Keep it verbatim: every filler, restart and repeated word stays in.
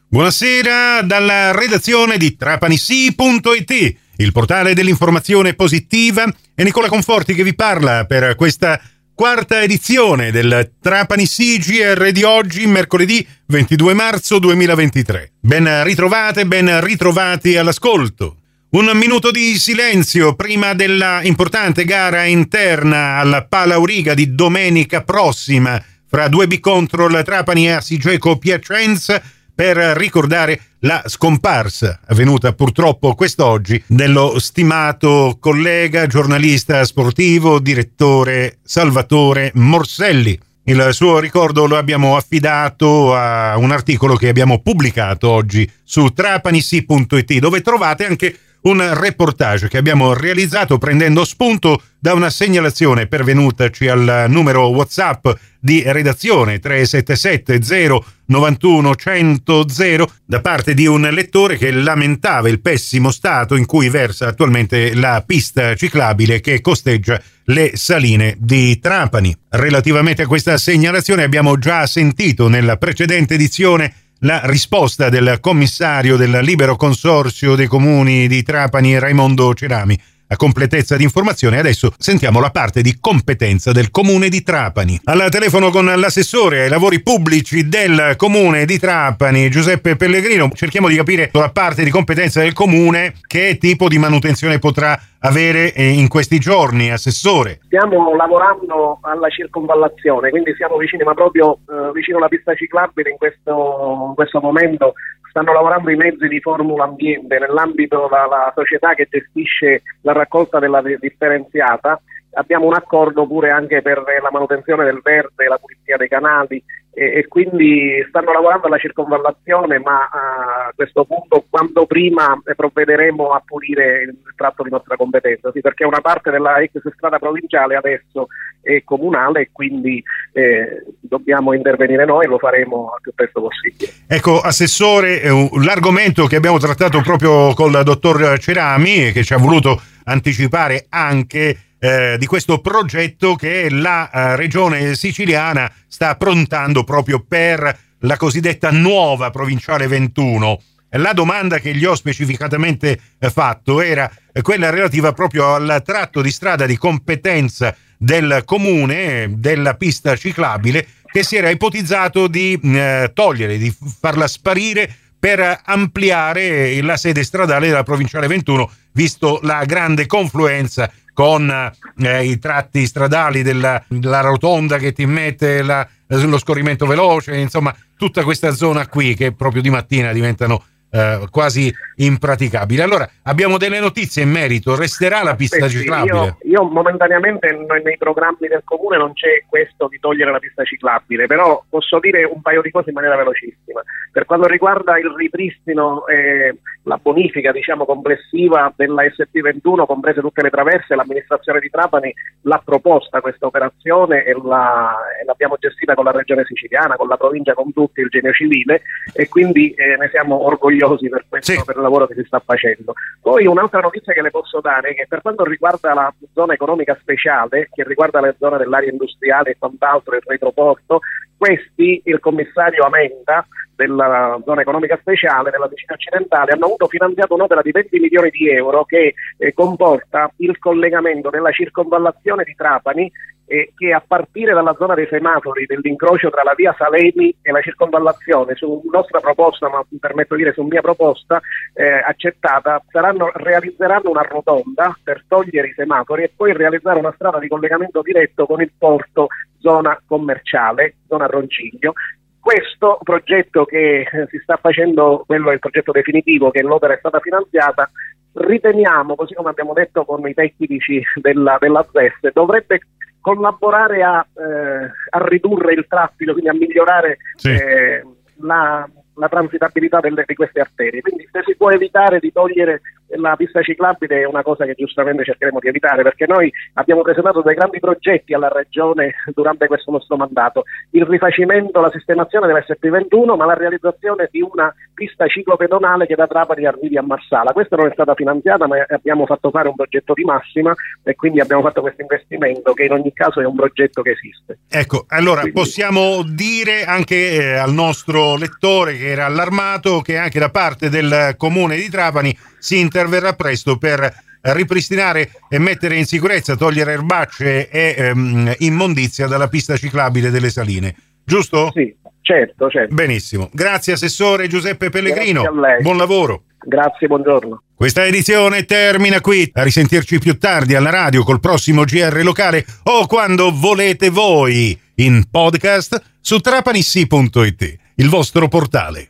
Buonasera dalla redazione di Trapanissi punto it, il portale dell'informazione positiva. È Nicola Conforti che vi parla per questa quarta edizione del Trapanissi G R di oggi, mercoledì ventidue marzo duemilaventitré. Ben ritrovate, ben ritrovati all'ascolto. Un minuto di silenzio prima della importante gara interna alla Pala Auriga di domenica prossima fra due B Control Trapani e Asigeco Piacenza, per ricordare la scomparsa avvenuta purtroppo quest'oggi dello stimato collega, giornalista sportivo, direttore Salvatore Morselli. Il suo ricordo lo abbiamo affidato a un articolo che abbiamo pubblicato oggi su Trapanissi punto it, dove trovate anche un reportage che abbiamo realizzato prendendo spunto da una segnalazione pervenutaci al numero WhatsApp di redazione tre sette sette zero nove uno uno zero zero da parte di un lettore che lamentava il pessimo stato in cui versa attualmente la pista ciclabile che costeggia le saline di Trapani. Relativamente a questa segnalazione abbiamo già sentito nella precedente edizione la risposta del commissario del Libero Consorzio dei Comuni di Trapani, Raimondo Cerami. A completezza di informazione, adesso sentiamo la parte di competenza del Comune di Trapani. Al telefono con l'assessore ai lavori pubblici del Comune di Trapani, Giuseppe Pellegrino, cerchiamo di capire la parte di competenza del Comune, che tipo di manutenzione potrà avere in questi giorni, assessore. Stiamo lavorando alla circonvallazione, quindi siamo vicini, ma proprio eh, vicino alla pista ciclabile in questo, in questo momento. Stanno lavorando i mezzi di Formula Ambiente nell'ambito della società che gestisce la raccolta della differenziata. Abbiamo un accordo pure anche per la manutenzione del verde, la pulizia dei canali e, e quindi stanno lavorando alla circonvallazione, ma a questo punto quanto prima provvederemo a pulire il tratto di nostra competenza, sì, perché una parte della ex strada provinciale adesso è comunale e quindi eh, dobbiamo intervenire noi e lo faremo il più presto possibile. Ecco, assessore, eh, l'argomento che abbiamo trattato proprio col dottor Cerami, che ci ha voluto anticipare anche Eh, di questo progetto che la eh, regione siciliana sta approntando proprio per la cosiddetta nuova provinciale ventuno. La domanda che gli ho specificatamente eh, fatto era eh, quella relativa proprio al tratto di strada di competenza del comune, della pista ciclabile, che si era ipotizzato di eh, togliere, di farla sparire per ampliare la sede stradale della provinciale ventuno, visto la grande confluenza con eh, i tratti stradali della, della rotonda che ti mette la, lo scorrimento veloce, insomma tutta questa zona qui che proprio di mattina diventano eh, quasi impraticabili. Allora abbiamo delle notizie in merito, resterà la pista Aspetti, ciclabile? Io, io momentaneamente nei programmi del comune non c'è questo di togliere la pista ciclabile, però posso dire un paio di cose in maniera velocissima. Per quanto riguarda il ripristino e la bonifica, diciamo, complessiva della S P ventuno, comprese tutte le traverse, l'amministrazione di Trapani l'ha proposta questa operazione e, la, e l'abbiamo gestita con la regione siciliana, con la provincia, con tutti, il genio civile, e quindi eh, ne siamo orgogliosi per questo, sì, per il lavoro che si sta facendo. Poi un'altra notizia che le posso dare è che per quanto riguarda la zona economica speciale, che riguarda le zone dell'area industriale e quant'altro, il retroporto, questi, il commissario Amenda della zona economica speciale della Sicilia occidentale, hanno avuto finanziato un'opera di venti milioni di euro che eh, comporta il collegamento della circonvallazione di Trapani, eh, che a partire dalla zona dei semafori dell'incrocio tra la via Salemi e la circonvallazione, su nostra proposta, ma mi permetto di dire su mia proposta, eh, accettata, saranno, realizzeranno una rotonda per togliere i semafori e poi realizzare una strada di collegamento diretto con il porto, zona commerciale, zona Ronciglio. Questo progetto che si sta facendo, quello è il progetto definitivo, che l'opera è stata finanziata, riteniamo, così come abbiamo detto con i tecnici della, della Z E S, dovrebbe collaborare a, eh, a ridurre il traffico, quindi a migliorare sì. eh, la, la transitabilità delle, di queste arterie. Quindi se si può evitare di togliere la pista ciclabile è una cosa che giustamente cercheremo di evitare, perché noi abbiamo presentato dei grandi progetti alla Regione durante questo nostro mandato: il rifacimento, la sistemazione dell'esse pi ventuno, ma la realizzazione di una pista ciclopedonale che da Trapani arrivi a Marsala. Questa non è stata finanziata, ma abbiamo fatto fare un progetto di massima e quindi abbiamo fatto questo investimento, che in ogni caso è un progetto che esiste. Ecco, allora quindi possiamo dire anche eh, al nostro lettore che era allarmato che anche da parte del comune di Trapani si interverrà presto per ripristinare e mettere in sicurezza, togliere erbacce e ehm, immondizia dalla pista ciclabile delle Saline, giusto? Sì, certo, certo. Benissimo, grazie assessore Giuseppe Pellegrino, Grazie a lei. Buon lavoro. Grazie, buongiorno. Questa edizione termina qui, a risentirci più tardi alla radio col prossimo G R locale o quando volete voi in podcast su trapanissi punto it, il vostro portale.